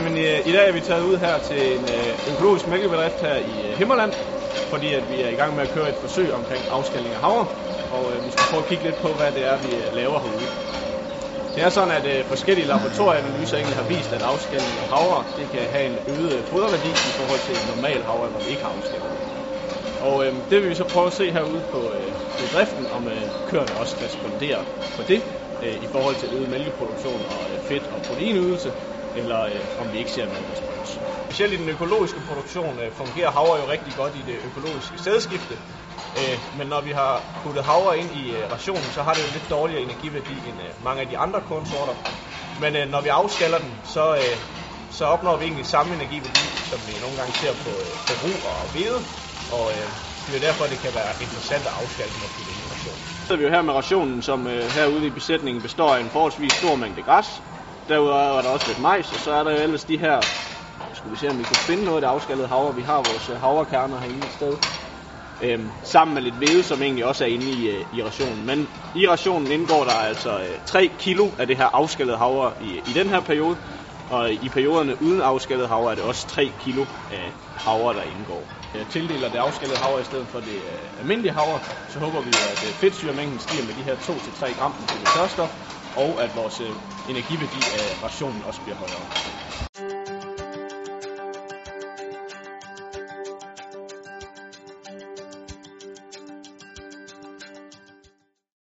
Jamen, i dag er vi taget ud her til en økologisk mælkebedrift her i Himmerland, fordi at vi er i gang med at køre et forsøg omkring afskalning af havre, og vi skal prøve at kigge lidt på, hvad det er, vi laver herude. Det er sådan, at forskellige laboratorieanalyser egentlig har vist, at afskalning af havre det kan have en øget foderværdi i forhold til en normal havre, hvor vi ikke har afskalning. Og det vil vi så prøve at se herude på bedriften, om køerne også responderer på det i forhold til øget mælkeproduktion og fedt- og proteinydelse, eller om vi ikke ser nogen respons. Specielt i den økologiske produktion fungerer havre jo rigtig godt i det økologiske sædskifte, men når vi har puttet havre ind i rationen, så har det jo lidt dårligere energiværdi end mange af de andre kornsorter. Men når vi afskaller den, så opnår vi egentlig samme energiværdi, som vi nogle gange ser på ru og hvede, og det er derfor, det kan være interessant at afskalle den og putte ind i rationen. Så er vi jo her med rationen, som herude i besætningen består af en forholdsvis stor mængde græs. Derudover er der også lidt majs, og så er der jo ellers de her, skal vi se om vi kan finde noget af det afskallede havre. Vi har vores havrekerner herinde et sted, sammen med lidt hvede, som egentlig også er inde i rationen. Men i rationen indgår der altså 3 kilo af det her afskallede havre i den her periode, og i perioderne uden afskallet havre er det også 3 kilo af havre, der indgår. Tildeler det afskallede havre i stedet for det almindelige havre, så håber vi, at fedtsyremængden stiger med de her 2-3 gram til det tørstof, og at vores energiværdi af rationen også bliver højere.